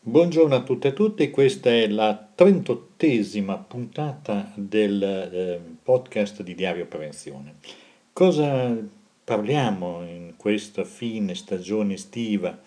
Buongiorno a tutte e a tutti, questa è la 38esima puntata del podcast di Diario Prevenzione. Cosa parliamo in questa fine stagione estiva?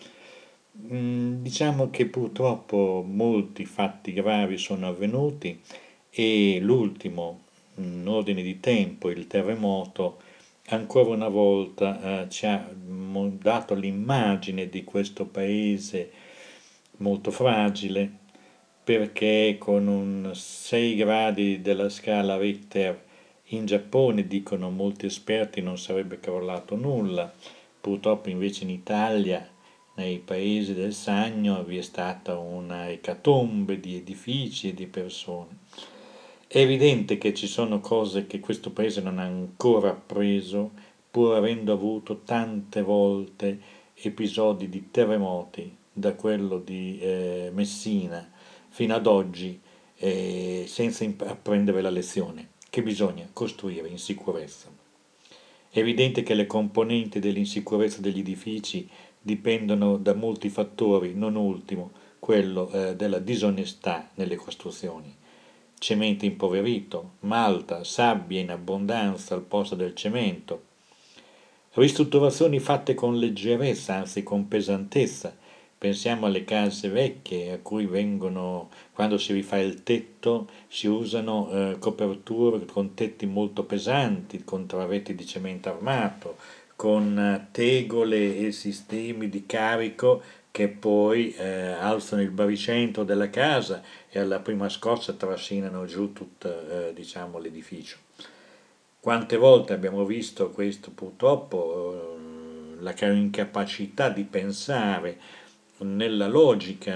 Diciamo che purtroppo molti fatti gravi sono avvenuti e l'ultimo, in ordine di tempo, il terremoto, ancora una volta ci ha dato l'immagine di questo paese molto fragile perché con un 6 gradi della scala Richter in Giappone, dicono molti esperti, non sarebbe crollato nulla. Purtroppo invece in Italia, nei paesi del Sannio, vi è stata una ecatombe di edifici e di persone. È evidente che ci sono cose che questo paese non ha ancora appreso, pur avendo avuto tante volte episodi di terremoti, da quello di Messina fino ad oggi, senza apprendere la lezione, che bisogna costruire in sicurezza. È evidente che le componenti dell'insicurezza degli edifici dipendono da molti fattori, non ultimo quello della disonestà nelle costruzioni. Cemento impoverito, malta, sabbia in abbondanza al posto del cemento, ristrutturazioni fatte con leggerezza, anzi con pesantezza. Pensiamo alle case vecchie a cui vengono, quando si rifà il tetto, si usano coperture con tetti molto pesanti, con travetti di cemento armato, con tegole e sistemi di carico che poi alzano il baricentro della casa e alla prima scossa trascinano giù tutto diciamo, l'edificio. Quante volte abbiamo visto questo purtroppo, la incapacità di pensare nella logica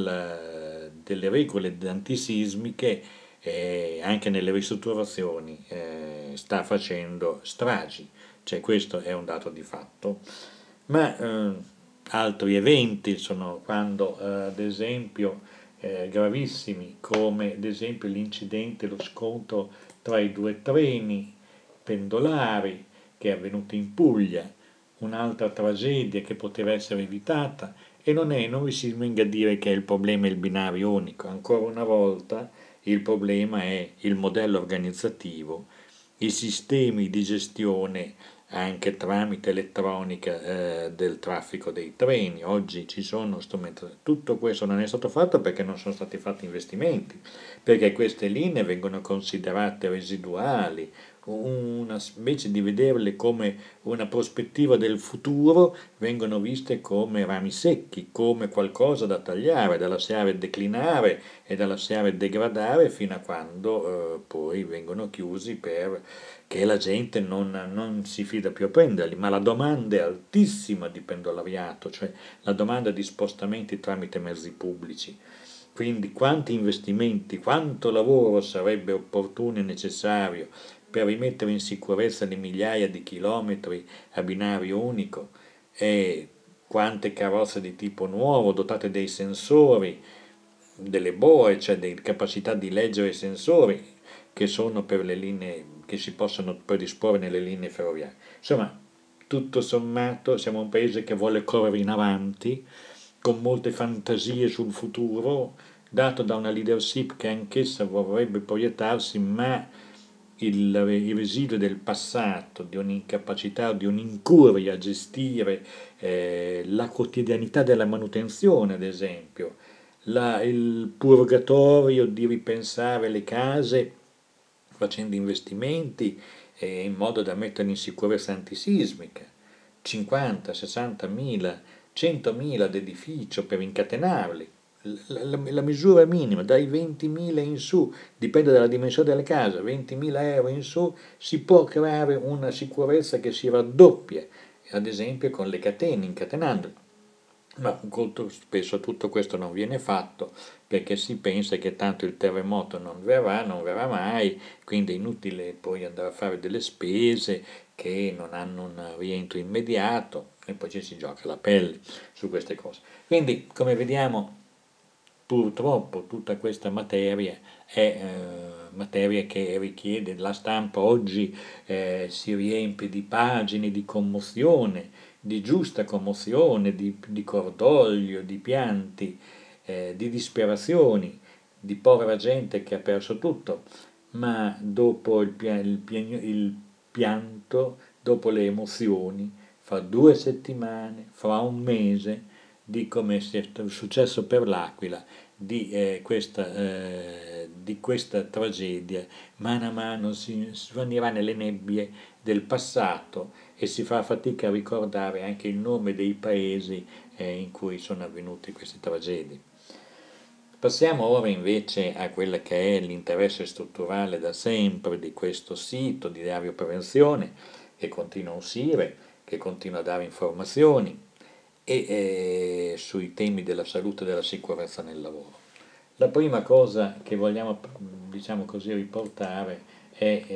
delle regole antisismiche, anche nelle ristrutturazioni, sta facendo stragi, cioè questo è un dato di fatto. Ma altri eventi sono quando, ad esempio, gravissimi, come ad esempio l'incidente, lo scontro tra i due treni pendolari che è avvenuto in Puglia, un'altra tragedia che poteva essere evitata e non si smenga a dire che il problema è il binario unico, ancora una volta il problema è il modello organizzativo, i sistemi di gestione anche tramite elettronica del traffico dei treni. Oggi ci sono strumenti, tutto questo non è stato fatto perché non sono stati fatti investimenti, perché queste linee vengono considerate residuali, invece di vederle come una prospettiva del futuro, vengono viste come rami secchi, come qualcosa da tagliare, da lasciare declinare e da lasciare degradare fino a quando poi vengono chiusi perché la gente non si fida più a prenderli, ma la domanda è altissima di pendolariato, cioè la domanda di spostamenti tramite mezzi pubblici. Quindi quanti investimenti, quanto lavoro sarebbe opportuno e necessario per rimettere in sicurezza le migliaia di chilometri a binario unico e quante carrozze di tipo nuovo dotate dei sensori, delle boe, cioè delle capacità di leggere i sensori che sono per le linee che si possono predisporre nelle linee ferroviarie. Insomma, tutto sommato siamo un paese che vuole correre in avanti con molte fantasie sul futuro, dato da una leadership che anch'essa vorrebbe proiettarsi, ma il residuo del passato, di un'incapacità, di un'incuria a gestire la quotidianità della manutenzione, ad esempio, il purgatorio di ripensare le case facendo investimenti in modo da metterle in sicurezza antisismica, 50, 60 mila, 100 mila ad edificio per incatenarli. La misura minima, dai 20.000 in su, dipende dalla dimensione della casa, 20.000 euro in su, si può creare una sicurezza che si raddoppia, ad esempio con le catene, incatenandole. Ma molto spesso tutto questo non viene fatto perché si pensa che tanto il terremoto non verrà mai, quindi è inutile poi andare a fare delle spese che non hanno un rientro immediato e poi ci si gioca la pelle su queste cose. Quindi, come vediamo, purtroppo tutta questa materia è materia che richiede, la stampa oggi si riempie di pagine di commozione, di giusta commozione, di cordoglio, di pianti, di disperazioni, di povera gente che ha perso tutto, ma dopo il pianto, dopo le emozioni, fra 2 settimane, fra un mese, di come sia successo per l'Aquila, di questa tragedia, mano a mano si svanirà nelle nebbie del passato e si fa fatica a ricordare anche il nome dei paesi in cui sono avvenute queste tragedie. Passiamo ora invece a quella che è l'interesse strutturale da sempre di questo sito di Diario Prevenzione, che continua a uscire, che continua a dare informazioni sui temi della salute e della sicurezza nel lavoro. La prima cosa che vogliamo, diciamo così, riportare è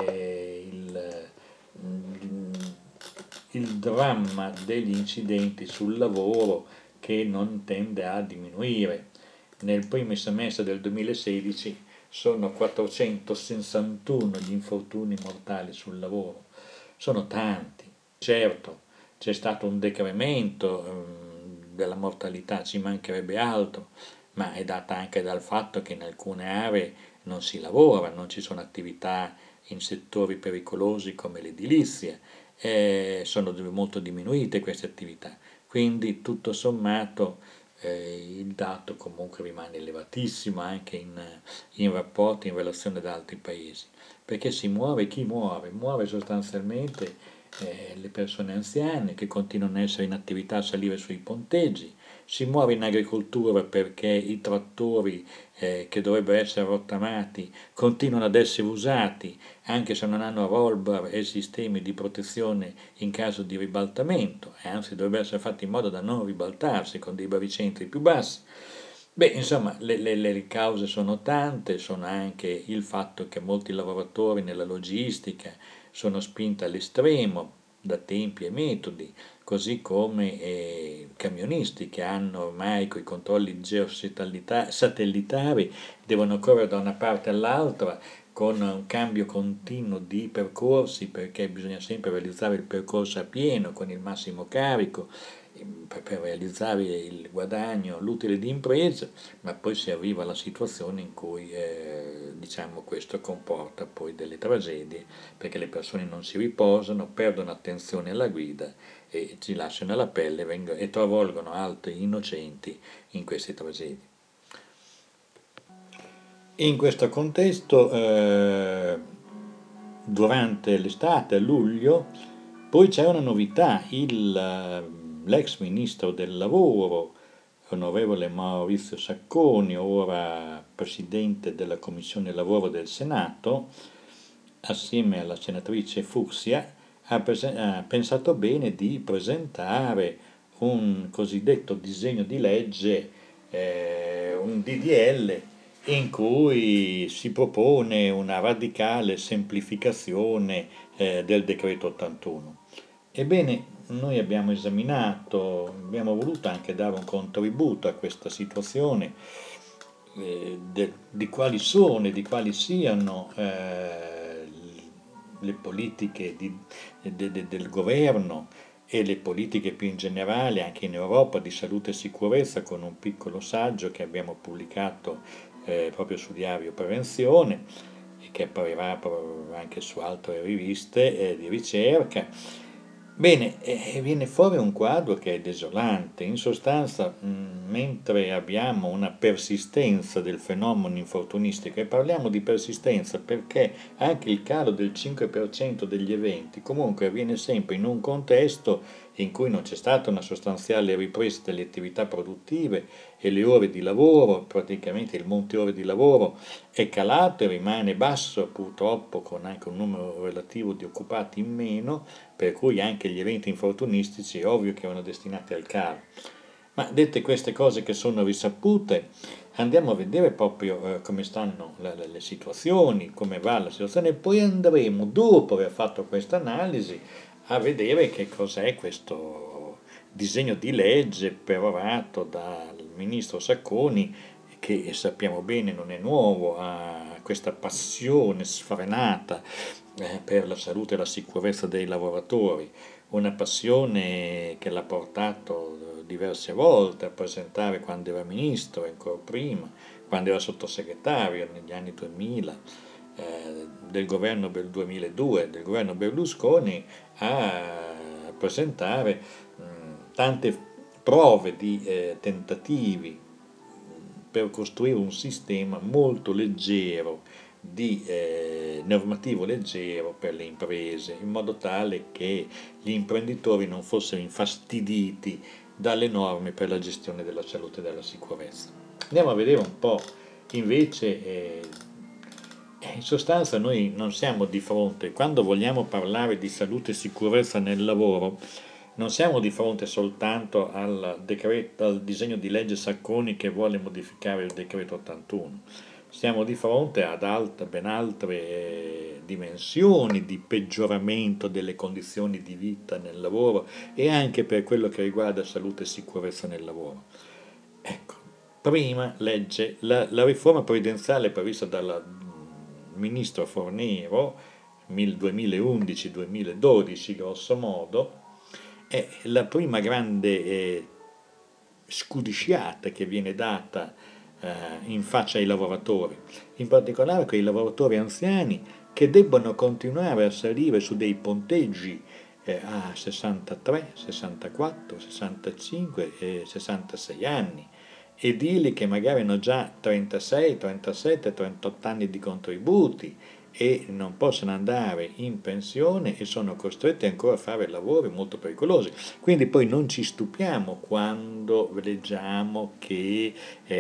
il dramma degli incidenti sul lavoro che non tende a diminuire. Nel primo semestre del 2016 sono 461 gli infortuni mortali sul lavoro, sono tanti. Certo, c'è stato un decremento della mortalità, ci mancherebbe altro, ma è data anche dal fatto che in alcune aree non si lavora, non ci sono attività in settori pericolosi come l'edilizia, sono molto diminuite queste attività, quindi tutto sommato il dato comunque rimane elevatissimo anche in rapporto, in relazione ad altri paesi, perché si muove chi muove? Muove sostanzialmente le persone anziane che continuano ad essere in attività a salire sui ponteggi, si muove in agricoltura perché i trattori che dovrebbero essere rottamati continuano ad essere usati anche se non hanno rollbar e sistemi di protezione in caso di ribaltamento, e anzi dovrebbero essere fatti in modo da non ribaltarsi con dei baricentri più bassi. Beh, insomma, le cause sono tante, sono anche il fatto che molti lavoratori nella logistica sono spinti all'estremo da tempi e metodi, così come camionisti che hanno ormai con i controlli geosatellitari devono correre da una parte all'altra con un cambio continuo di percorsi perché bisogna sempre realizzare il percorso a pieno con il massimo carico per realizzare il guadagno, l'utile di impresa, ma poi si arriva alla situazione in cui diciamo, questo comporta poi delle tragedie perché le persone non si riposano, perdono attenzione alla guida e ci lasciano alla pelle e travolgono altri innocenti in queste tragedie. In questo contesto, durante l'estate, a luglio, poi c'è una novità, l'ex ministro del lavoro, onorevole Maurizio Sacconi, ora presidente della Commissione Lavoro del Senato, assieme alla senatrice Fucsia, ha pensato bene di presentare un cosiddetto disegno di legge, un DDL, in cui si propone una radicale semplificazione del decreto 81. Ebbene, noi abbiamo esaminato, abbiamo voluto anche dare un contributo a questa situazione, di quali sono e di quali siano le politiche del governo e le politiche più in generale, anche in Europa, di salute e sicurezza, con un piccolo saggio che abbiamo pubblicato proprio su Diario Prevenzione e che apparirà anche su altre riviste di ricerca. Bene, viene fuori un quadro che è desolante. In sostanza, mentre abbiamo una persistenza del fenomeno infortunistico, e parliamo di persistenza perché anche il calo del 5% degli eventi comunque avviene sempre in un contesto in cui non c'è stata una sostanziale ripresa delle attività produttive e le ore di lavoro, praticamente il monte ore di lavoro è calato e rimane basso purtroppo con anche un numero relativo di occupati in meno, per cui anche gli eventi infortunistici è ovvio che erano destinati al calo. Ma dette queste cose che sono risapute, andiamo a vedere proprio come stanno le situazioni, come va la situazione e poi andremo, dopo aver fatto questa analisi, a vedere che cos'è questo disegno di legge perorato dal ministro Sacconi, che sappiamo bene non è nuovo, ha questa passione sfrenata per la salute e la sicurezza dei lavoratori, una passione che l'ha portato diverse volte a presentare quando era ministro e ancora prima, quando era sottosegretario negli anni 2000, del governo del 2002, del governo Berlusconi, a presentare tante prove di tentativi per costruire un sistema molto leggero, normativo leggero per le imprese, in modo tale che gli imprenditori non fossero infastiditi dalle norme per la gestione della salute e della sicurezza. Andiamo a vedere un po' invece, in sostanza noi non siamo di fronte, quando vogliamo parlare di salute e sicurezza nel lavoro, non siamo di fronte soltanto al disegno di legge Sacconi che vuole modificare il decreto 81, siamo di fronte ad ben altre dimensioni di peggioramento delle condizioni di vita nel lavoro e anche per quello che riguarda salute e sicurezza nel lavoro. Ecco, prima legge la riforma previdenziale prevista dal ministro Fornero 2011-2012 grosso modo è la prima grande scudisciata che viene data in faccia ai lavoratori, in particolare quei lavoratori anziani che debbono continuare a salire su dei ponteggi a 63, 64, 65 e 66 anni e dirgli che magari hanno già 36, 37, 38 anni di contributi e non possono andare in pensione e sono costretti ancora a fare lavori molto pericolosi. Quindi poi non ci stupiamo quando leggiamo che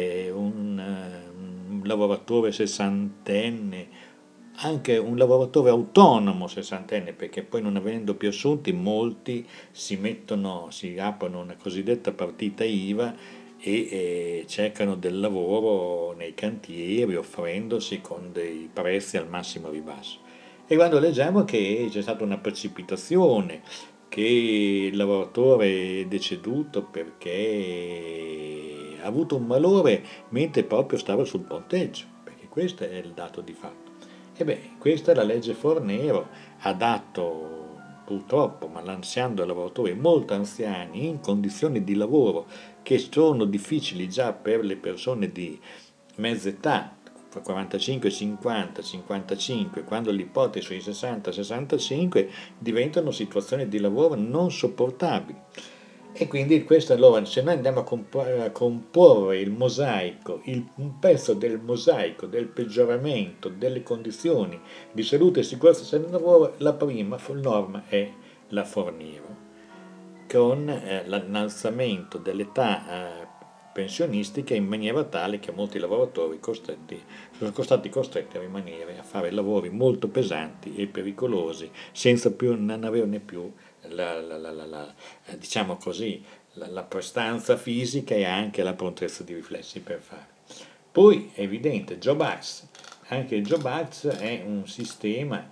un lavoratore sessantenne, anche un lavoratore autonomo sessantenne, perché poi non avendo più assunti molti si aprono una cosiddetta partita IVA e cercano del lavoro nei cantieri offrendosi con dei prezzi al massimo ribasso. E quando leggiamo che c'è stata una precipitazione, che il lavoratore è deceduto perché ha avuto un malore mentre proprio stava sul ponteggio, perché questo è il dato di fatto. E beh, questa è la legge Fornero, ha dato purtroppo, ma lasciando lavoratori molto anziani in condizioni di lavoro che sono difficili già per le persone di mezza età, 45, 50, 55, quando l'ipotesi sui 60, 65 diventano situazioni di lavoro non sopportabili. E quindi questo allora, se noi andiamo a comporre il mosaico, un pezzo del mosaico del peggioramento delle condizioni di salute e sicurezza del lavoro, la prima norma è la Fornero, con l'innalzamento dell'età pensionistica in maniera tale che molti lavoratori sono stati costretti a rimanere a fare lavori molto pesanti e pericolosi senza più non averne più diciamo così, la prestanza fisica e anche la prontezza di riflessi per fare. Poi è evidente, Job Act, anche il Job Act è un sistema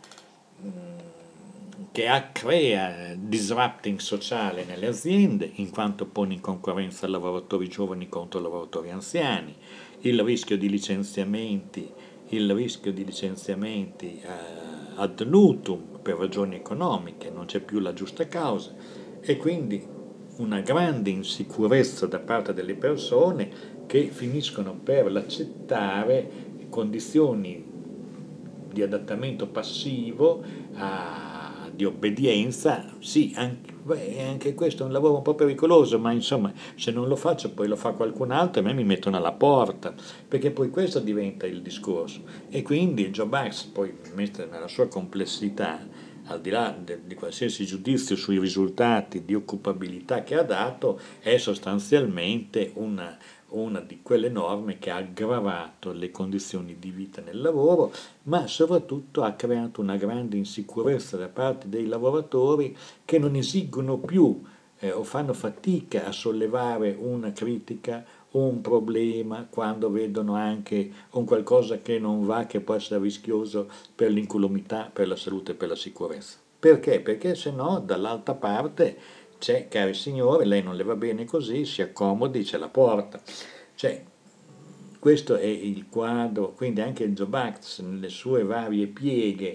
che crea disrupting sociale nelle aziende in quanto pone in concorrenza lavoratori giovani contro lavoratori anziani, il rischio di licenziamenti, il rischio di licenziamenti ad nutum per ragioni economiche, non c'è più la giusta causa e quindi una grande insicurezza da parte delle persone che finiscono per l'accettare condizioni di adattamento passivo, di obbedienza, sì, anche questo è un lavoro un po' pericoloso, ma insomma se non lo faccio poi lo fa qualcun altro e a me mi mettono alla porta, perché poi questo diventa il discorso. E quindi il Job Act, poi nella sua complessità, al di là di qualsiasi giudizio sui risultati di occupabilità che ha dato, è sostanzialmente una di quelle norme che ha aggravato le condizioni di vita nel lavoro, ma soprattutto ha creato una grande insicurezza da parte dei lavoratori che non esigono più o fanno fatica a sollevare una critica o un problema quando vedono anche un qualcosa che non va, che può essere rischioso per l'incolumità, per la salute e per la sicurezza. Perché? Perché se no dall'altra parte c'è, cari signore, lei non le va bene così, si accomodi, c'è la porta. Cioè, questo è il quadro, quindi anche il Job Act nelle sue varie pieghe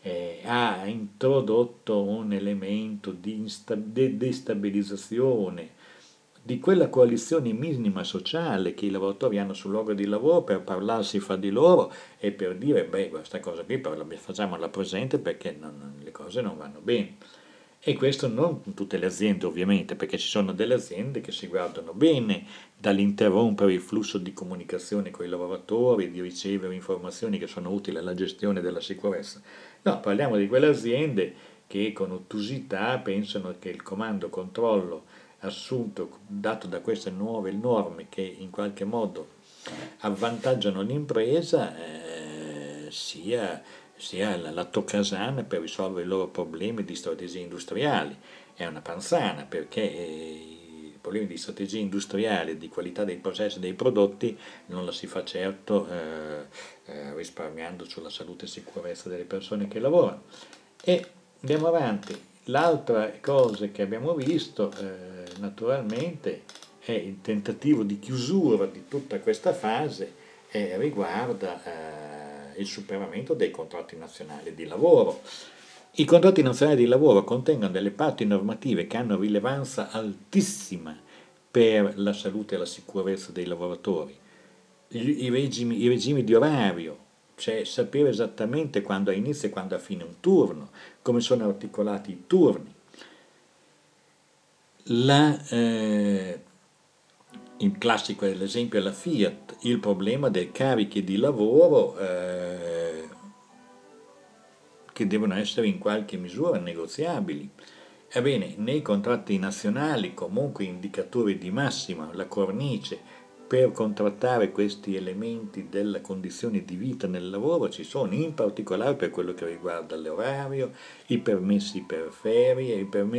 ha introdotto un elemento di destabilizzazione di quella coalizione minima sociale che i lavoratori hanno sul luogo di lavoro per parlarsi fra di loro e per dire, beh, questa cosa qui facciamola presente perché le cose non vanno bene. E questo non in tutte le aziende ovviamente, perché ci sono delle aziende che si guardano bene dall'interrompere il flusso di comunicazione con i lavoratori, di ricevere informazioni che sono utili alla gestione della sicurezza. No, parliamo di quelle aziende che con ottusità pensano che il comando controllo assunto, dato da queste nuove norme che in qualche modo avvantaggiano l'impresa, sia la toccasana per risolvere i loro problemi di strategie industriali. È una panzana perché i problemi di strategie industriali, di qualità dei processi e dei prodotti non la si fa certo risparmiando sulla salute e sicurezza delle persone che lavorano. E andiamo avanti. L'altra cosa che abbiamo visto, naturalmente, è il tentativo di chiusura di tutta questa fase riguarda il superamento dei contratti nazionali di lavoro. I contratti nazionali di lavoro contengono delle parti normative che hanno rilevanza altissima per la salute e la sicurezza dei lavoratori. I regimi di orario, cioè sapere esattamente quando ha inizio e quando ha fine un turno, come sono articolati i turni. Il classico è l'esempio della Fiat, il problema dei carichi di lavoro che devono essere in qualche misura negoziabili. Ebbene, nei contratti nazionali, comunque indicatori di massima, la cornice per contrattare questi elementi della condizione di vita nel lavoro ci sono, in particolare per quello che riguarda l'orario, i permessi per ferie,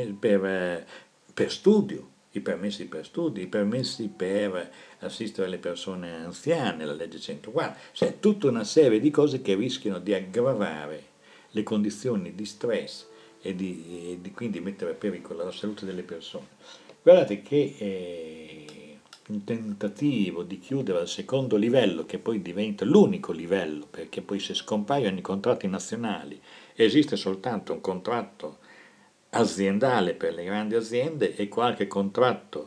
per studio, i permessi per assistere le persone anziane, la legge 104, cioè tutta una serie di cose che rischiano di aggravare le condizioni di stress e di quindi mettere a pericolo la salute delle persone. Guardate che un tentativo di chiudere al secondo livello, che poi diventa l'unico livello, perché poi se scompaiono i contratti nazionali esiste soltanto un contratto aziendale per le grandi aziende e qualche contratto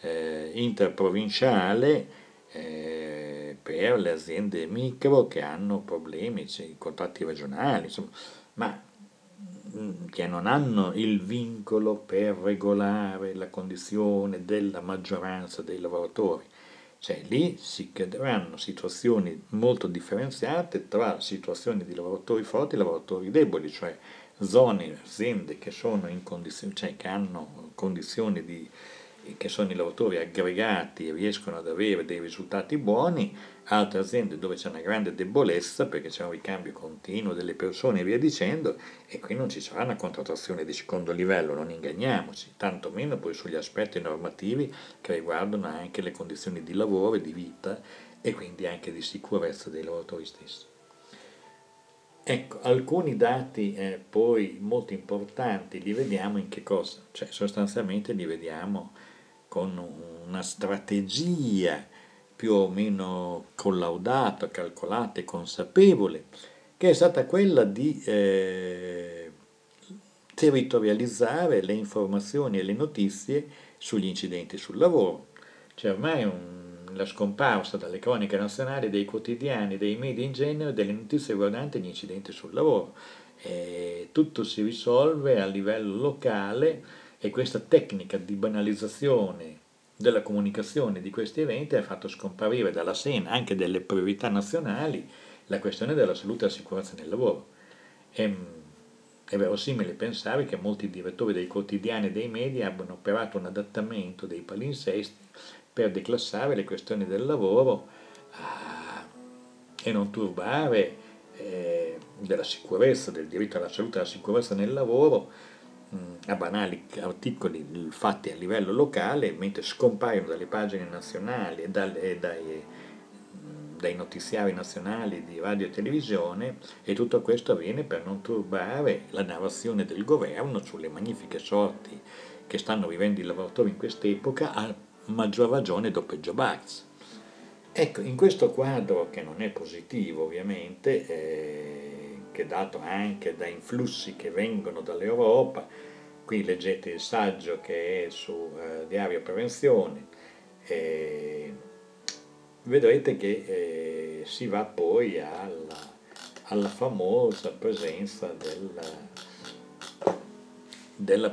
interprovinciale per le aziende micro che hanno problemi, cioè, i contratti regionali, insomma, ma che non hanno il vincolo per regolare la condizione della maggioranza dei lavoratori. Cioè lì si creeranno situazioni molto differenziate tra situazioni di lavoratori forti e lavoratori deboli, cioè zone, aziende che sono in condizioni, cioè che hanno condizioni che sono i lavoratori aggregati e riescono ad avere dei risultati buoni, altre aziende dove c'è una grande debolezza perché c'è un ricambio continuo delle persone e via dicendo, e qui non ci sarà una contrattazione di secondo livello, non inganniamoci, tantomeno poi sugli aspetti normativi che riguardano anche le condizioni di lavoro e di vita e quindi anche di sicurezza dei lavoratori stessi. Ecco, alcuni dati poi molto importanti li vediamo in che cosa? Cioè sostanzialmente li vediamo con una strategia più o meno collaudata, calcolata e consapevole, che è stata quella di territorializzare le informazioni e le notizie sugli incidenti sul lavoro. C'è ormai la scomparsa dalle croniche nazionali, dei quotidiani, dei media in genere, delle notizie riguardanti gli incidenti sul lavoro. Tutto si risolve a livello locale e questa tecnica di banalizzazione della comunicazione di questi eventi ha fatto scomparire dalla scena anche delle priorità nazionali la questione della salute e della sicurezza nel lavoro. È verosimile pensare che molti direttori dei quotidiani e dei media abbiano operato un adattamento dei palinsesti per declassare le questioni del lavoro e non turbare della sicurezza, del diritto alla salute e alla sicurezza nel lavoro a banali articoli fatti a livello locale, mentre scompaiono dalle pagine nazionali dai notiziari nazionali di radio e televisione, e tutto questo avviene per non turbare la narrazione del governo sulle magnifiche sorti che stanno vivendo i lavoratori in quest'epoca, a maggior ragione dopo il Job Act. Ecco, in questo quadro, che non è positivo ovviamente, che è dato anche da influssi che vengono dall'Europa. Qui leggete il saggio che è su Diario Prevenzione, e vedrete che si va poi alla famosa presenza della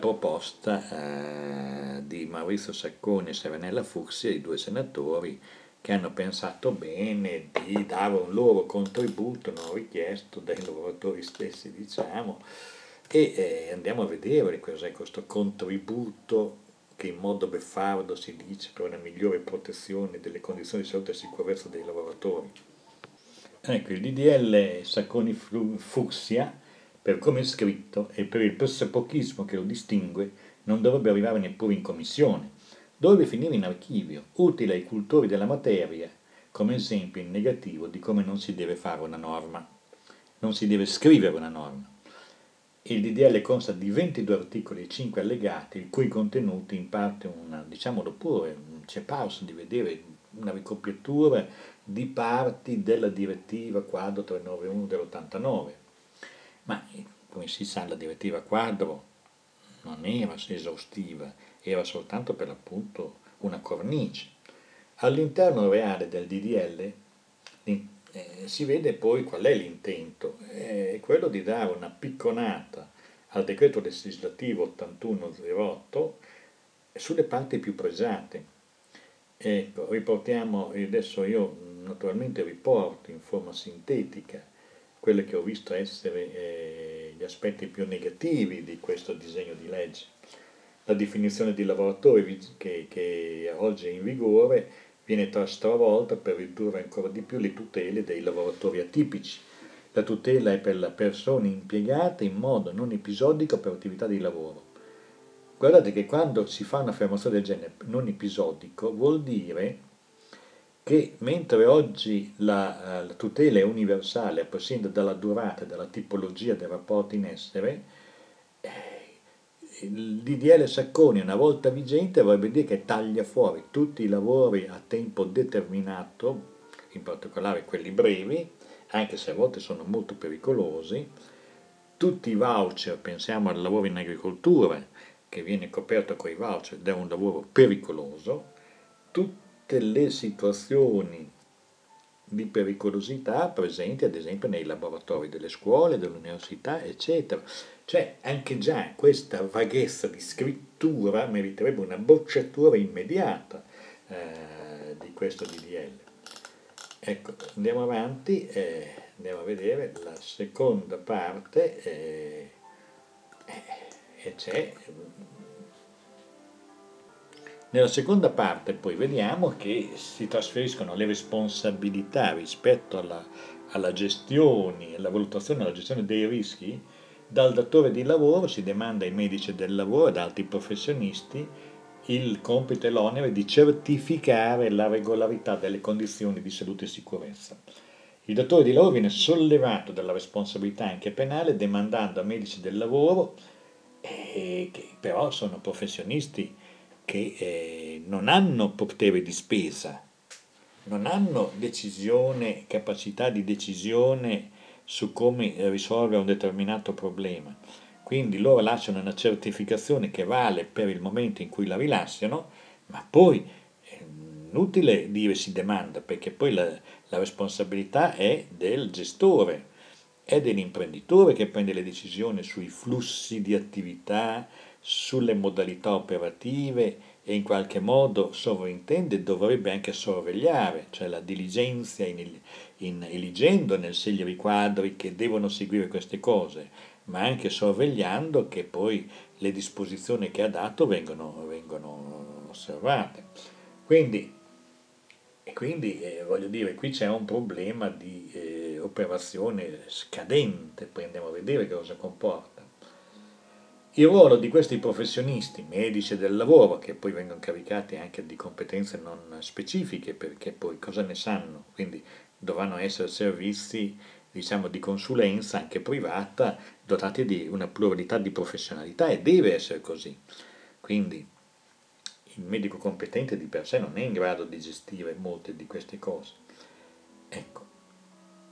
proposta di Maurizio Sacconi e Serenella Fucsia, i due senatori che hanno pensato bene di dare un loro contributo non richiesto dai lavoratori stessi, diciamo, e andiamo a vedere cos'è questo contributo che in modo beffardo si dice per una migliore protezione delle condizioni di salute e sicurezza dei lavoratori. Ecco, il DDL Sacconi-Fucsia, per come è scritto e per il pressapochismo che lo distingue, non dovrebbe arrivare neppure in commissione. Dovrebbe finire in archivio, utile ai cultori della materia, come esempio in negativo di come non si deve fare una norma, non si deve scrivere una norma. Il DDL consta di 22 articoli e 5 allegati, il cui contenuti in parte diciamolo pure, c'è pausa di vedere una ricopiatura di parti della direttiva quadro 391 dell'89, ma come si sa la direttiva quadro non era esaustiva, era soltanto per l'appunto una cornice. All'interno reale del DDL si vede poi qual è l'intento, è quello di dare una picconata al decreto legislativo 8108 sulle parti più pregiate. Ecco, riportiamo, adesso io naturalmente riporto in forma sintetica quelli che ho visto essere gli aspetti più negativi di questo disegno di legge. La definizione di lavoratore che oggi è in vigore viene stravolta per ridurre ancora di più le tutele dei lavoratori atipici. La tutela è per la persona impiegata in modo non episodico per attività di lavoro. Guardate che quando si fa un'affermazione del genere non episodico vuol dire che mentre oggi la tutela è universale a prescindere dalla durata e dalla tipologia del rapporto in essere, il DDL Sacconi una volta vigente vorrebbe dire che taglia fuori tutti i lavori a tempo determinato, in particolare quelli brevi, anche se a volte sono molto pericolosi, tutti i voucher, pensiamo al lavoro in agricoltura, che viene coperto con i voucher ed è un lavoro pericoloso, tutte le situazioni di pericolosità presenti ad esempio nei laboratori delle scuole, dell'università, eccetera. Cioè anche già questa vaghezza di scrittura meriterebbe una bocciatura immediata di questo DDL. Ecco, andiamo avanti, andiamo a vedere la seconda parte e c'è. Nella seconda parte poi vediamo che si trasferiscono le responsabilità rispetto alla gestione, alla valutazione e alla gestione dei rischi dal datore di lavoro, si demanda ai medici del lavoro e ad altri professionisti il compito e l'onere di certificare la regolarità delle condizioni di salute e sicurezza. Il datore di lavoro viene sollevato dalla responsabilità anche penale demandando a medici del lavoro, che però sono professionisti che non hanno potere di spesa, non hanno capacità di decisione su come risolvere un determinato problema. Quindi loro lasciano una certificazione che vale per il momento in cui la rilasciano, ma poi è inutile dire si demanda, perché poi la responsabilità è del gestore, è dell'imprenditore che prende le decisioni sui flussi di attività, sulle modalità operative e in qualche modo sovrintende, dovrebbe anche sorvegliare, cioè la diligenza eligendo nel scegliere i quadri che devono seguire queste cose, ma anche sorvegliando che poi le disposizioni che ha dato vengono osservate. Quindi, voglio dire, qui c'è un problema di operazione scadente, poi andiamo a vedere cosa comporta. Il ruolo di questi professionisti, medici del lavoro, che poi vengono caricati anche di competenze non specifiche, perché poi cosa ne sanno? Quindi dovranno essere servizi, diciamo, di consulenza anche privata, dotati di una pluralità di professionalità e deve essere così. Quindi il medico competente di per sé non è in grado di gestire molte di queste cose. Ecco.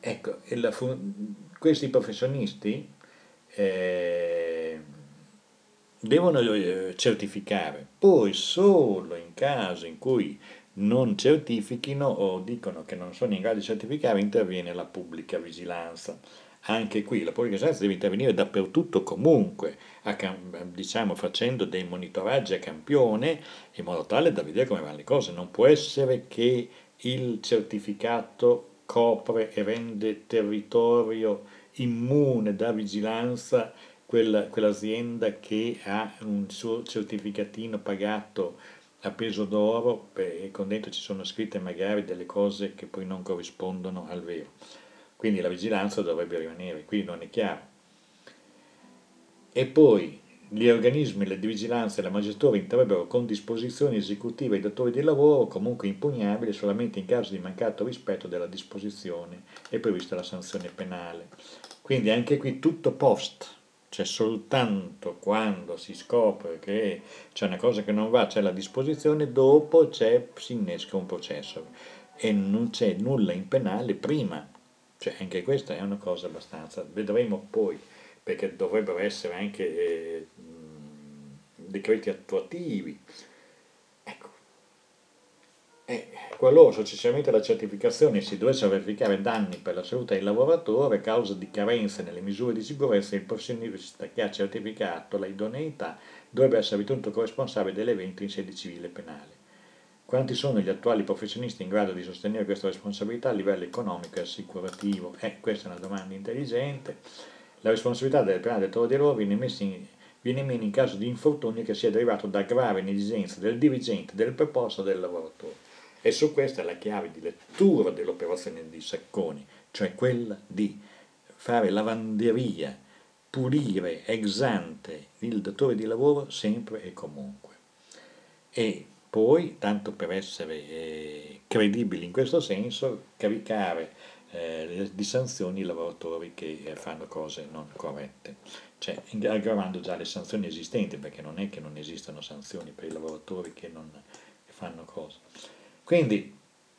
Ecco, questi professionisti eh, devono certificare, poi solo in caso in cui non certifichino o dicono che non sono in grado di certificare interviene la pubblica vigilanza. Anche qui la pubblica vigilanza deve intervenire dappertutto comunque, diciamo facendo dei monitoraggi a campione in modo tale da vedere come vanno le cose. Non può essere che il certificato copre e rende territorio immune da vigilanza quell'azienda che ha un suo certificatino pagato a peso d'oro e con dentro ci sono scritte magari delle cose che poi non corrispondono al vero. Quindi la vigilanza dovrebbe rimanere, qui non è chiaro. E poi gli organismi di vigilanza e la magistratura interverrebbero con disposizioni esecutive ai datori di lavoro, comunque impugnabili solamente in caso di mancato rispetto della disposizione è prevista la sanzione penale. Quindi anche qui tutto post, cioè soltanto quando si scopre che c'è una cosa che non va, c'è la disposizione, dopo si innesca un processo e non c'è nulla in penale prima. Cioè anche questa è una cosa abbastanza, vedremo poi perché dovrebbero essere anche decreti attuativi. Ecco, e qualora successivamente alla certificazione si dovessero verificare danni per la salute del lavoratore a causa di carenze nelle misure di sicurezza, il professionista che ha certificato la idoneità dovrebbe essere ritenuto corresponsabile dell'evento in sede civile e penale. Quanti sono gli attuali professionisti in grado di sostenere questa responsabilità a livello economico e assicurativo? Questa è una domanda intelligente. La responsabilità del penale del datore di lavoro viene meno in caso di infortunio che sia derivato da grave negligenza del dirigente, del preposto del lavoratore. E su questa è la chiave di lettura dell'operazione di Sacconi, cioè quella di fare lavanderia, pulire ex ante il datore di lavoro sempre e comunque. E poi, tanto per essere credibili in questo senso, caricare di sanzioni i lavoratori che fanno cose non corrette, cioè aggravando già le sanzioni esistenti, perché non è che non esistano sanzioni per i lavoratori che fanno cose. Quindi,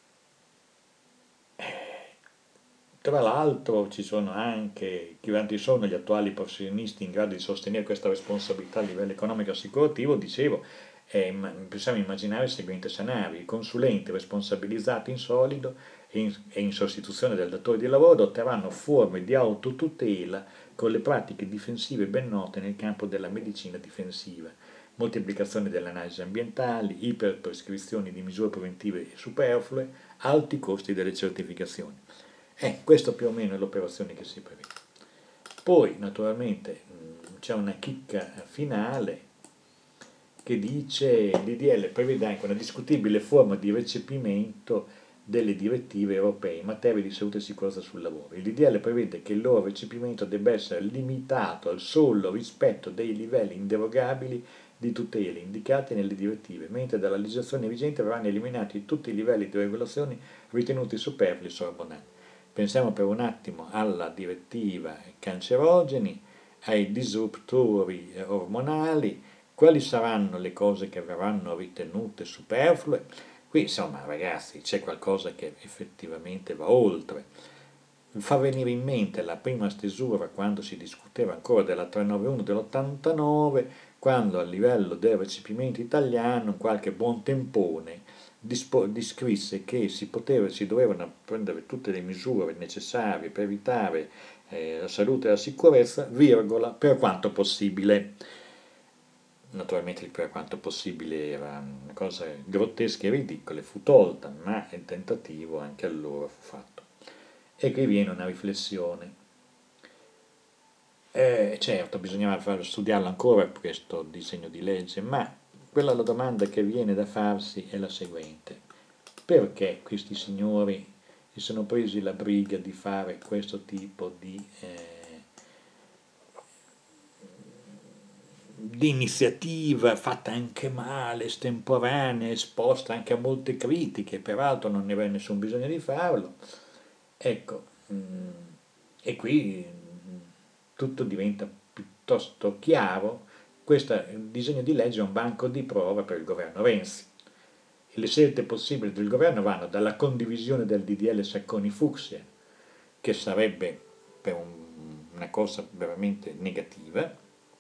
tra l'altro ci sono anche, quanti sono gli attuali professionisti in grado di sostenere questa responsabilità a livello economico e assicurativo, dicevo, possiamo immaginare il seguente scenario: il consulente responsabilizzato in solido e in sostituzione del datore di lavoro adotteranno forme di autotutela con le pratiche difensive ben note nel campo della medicina difensiva, moltiplicazione delle analisi ambientali, iperprescrizioni di misure preventive superflue, alti costi delle certificazioni. Questo più o meno è l'operazione che si prevede. Poi, naturalmente, c'è una chicca finale che dice il DDL prevede anche una discutibile forma di recepimento delle direttive europee in materia di salute e sicurezza sul lavoro. Il DDL prevede che il loro recepimento debba essere limitato al solo rispetto dei livelli inderogabili di tutele indicati nelle direttive, mentre dalla legislazione vigente verranno eliminati tutti i livelli di regolazione ritenuti superflui e sovrabondanti. Pensiamo per un attimo alla direttiva cancerogeni, ai disruptori ormonali, quali saranno le cose che verranno ritenute superflue? Qui insomma ragazzi c'è qualcosa che effettivamente va oltre. Fa venire in mente la prima stesura quando si discuteva ancora della 391 dell'89, quando a livello del recepimento italiano qualche buon tempone descrisse che si dovevano prendere tutte le misure necessarie per evitare la salute e la sicurezza, virgola, per quanto possibile. Naturalmente il per quanto possibile era una cosa grottesca e ridicola, fu tolta, ma il tentativo anche allora fu fatto. E qui viene una riflessione. Certo, bisognava studiarlo ancora questo disegno di legge, ma la domanda che viene da farsi è la seguente: perché questi signori si sono presi la briga di fare questo tipo di iniziativa fatta anche male, estemporanea, esposta anche a molte critiche, peraltro non ne aveva nessun bisogno di farlo. Ecco, e qui tutto diventa piuttosto chiaro. Questo disegno di legge è un banco di prova per il governo Renzi. E le scelte possibili del governo vanno dalla condivisione del DDL Sacconi-Fucsia, che sarebbe per una cosa veramente negativa,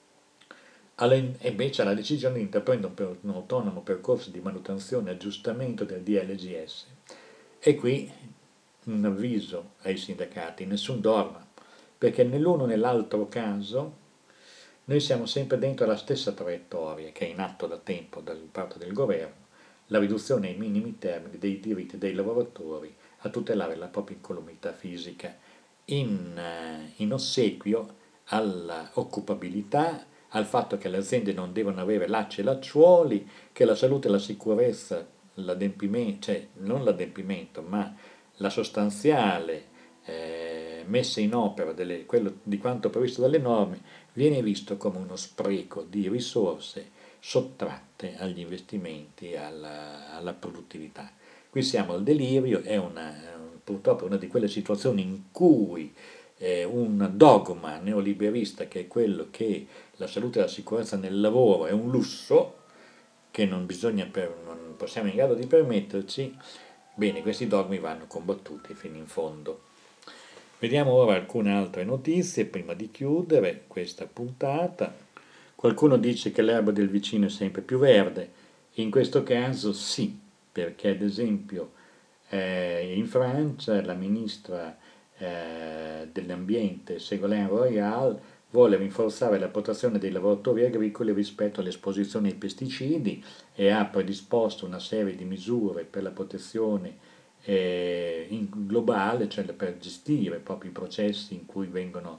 e invece alla decisione di intraprendere un autonomo percorso di manutenzione e aggiustamento del DLGS. E qui un avviso ai sindacati: nessun dorma, perché nell'uno o nell'altro caso noi siamo sempre dentro la stessa traiettoria che è in atto da tempo da parte del governo, la riduzione ai minimi termini dei diritti dei lavoratori a tutelare la propria incolumità fisica in ossequio all'occupabilità, al fatto che le aziende non devono avere lacci e lacciuoli, che la salute e la sicurezza, l'adempimento, cioè non l'adempimento, ma la sostanziale messa in opera di quanto previsto dalle norme viene visto come uno spreco di risorse sottratte agli investimenti, alla produttività. Qui siamo al delirio, purtroppo una di quelle situazioni in cui un dogma neoliberista, che è quello che la salute e la sicurezza nel lavoro è un lusso che non possiamo in grado di permetterci, bene, questi dogmi vanno combattuti fino in fondo. Vediamo ora alcune altre notizie prima di chiudere questa puntata. Qualcuno dice che l'erba del vicino è sempre più verde, in questo caso sì, perché ad esempio in Francia la ministra dell'ambiente Ségolène Royal vuole rinforzare la protezione dei lavoratori agricoli rispetto all'esposizione ai pesticidi e ha predisposto una serie di misure per la protezione globale, cioè per gestire proprio i processi in cui vengono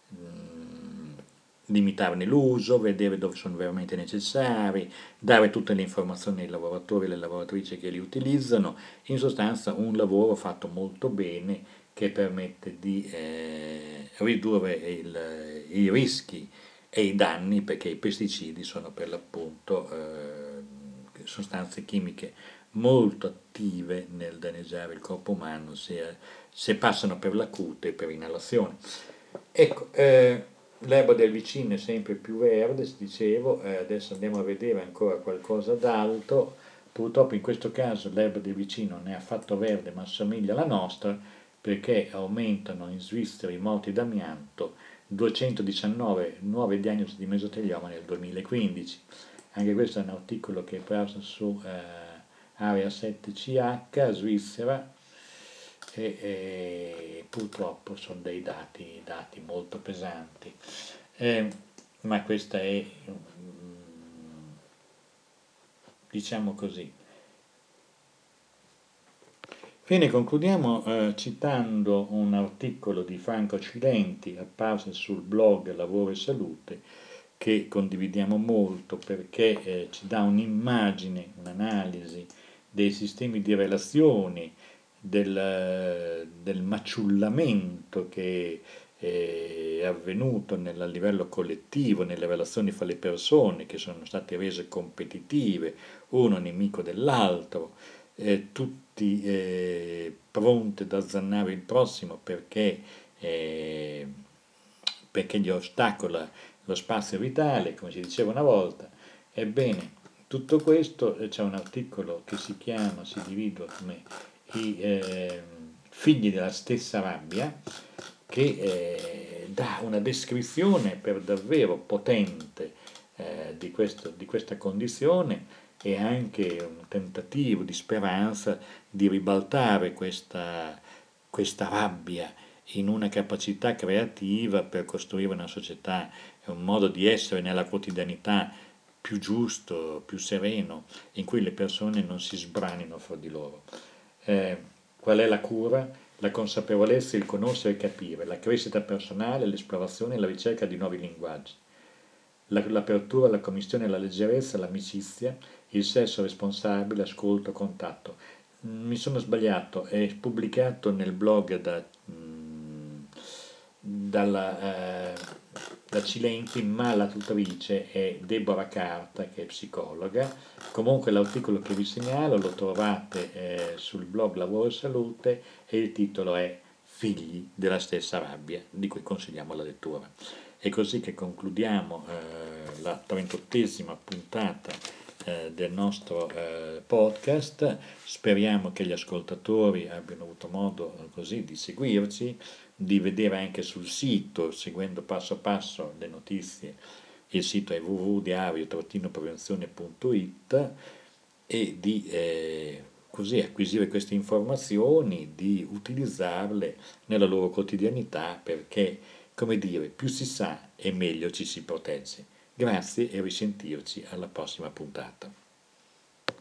limitarne l'uso, vedere dove sono veramente necessari, dare tutte le informazioni ai lavoratori e alle lavoratrici che li utilizzano, in sostanza un lavoro fatto molto bene che permette di ridurre i rischi e i danni, perché i pesticidi sono per l'appunto sostanze chimiche molto attive nel danneggiare il corpo umano se passano per la cute e per inalazione. Ecco, l'erba del vicino è sempre più verde, dicevo, adesso andiamo a vedere ancora qualcosa d'altro. Purtroppo in questo caso l'erba del vicino non è affatto verde ma assomiglia alla nostra, perché aumentano in Svizzera i morti d'amianto, 219 nuove diagnosi di mesotelioma nel 2015. Anche questo è un articolo che è preso su Area 7CH, Svizzera, e purtroppo sono dei dati molto pesanti. Ma questa è, diciamo così. Bene, concludiamo citando un articolo di Franco Cilenti apparso sul blog Lavoro e Salute, che condividiamo molto perché ci dà un'immagine, un'analisi dei sistemi di relazioni, del maciullamento che è avvenuto a livello collettivo, nelle relazioni fra le persone che sono state rese competitive, uno nemico dell'altro, tutti pronti ad azzannare il prossimo eh, perché gli ostacola lo spazio vitale, come si diceva una volta. Ebbene, tutto questo, c'è un articolo che si individua come i figli della stessa rabbia, che dà una descrizione per davvero potente di questa condizione e anche un tentativo di speranza di ribaltare questa rabbia in una capacità creativa per costruire una società e un modo di essere nella quotidianità più giusto, più sereno, in cui le persone non si sbranino fra di loro. Qual è la cura? La consapevolezza, il conoscere e capire, la crescita personale, l'esplorazione e la ricerca di nuovi linguaggi, l'apertura, la commistione, la leggerezza, l'amicizia, il sesso responsabile, ascolto, contatto. Mi sono sbagliato, è pubblicato nel blog da Cilenti, ma la tutrice è Deborah Carta, che è psicologa. Comunque l'articolo che vi segnalo lo trovate sul blog Lavoro e Salute e il titolo è Figli della stessa rabbia, di cui consigliamo la lettura. È così che concludiamo la 38esima puntata del nostro podcast. Speriamo che gli ascoltatori abbiano avuto modo così di seguirci, di vedere anche sul sito, seguendo passo passo le notizie. Il sito è www.diario-prevenzione.it, e di così acquisire queste informazioni, di utilizzarle nella loro quotidianità, perché, come dire, più si sa e meglio ci si protegge. Grazie e risentirci alla prossima puntata.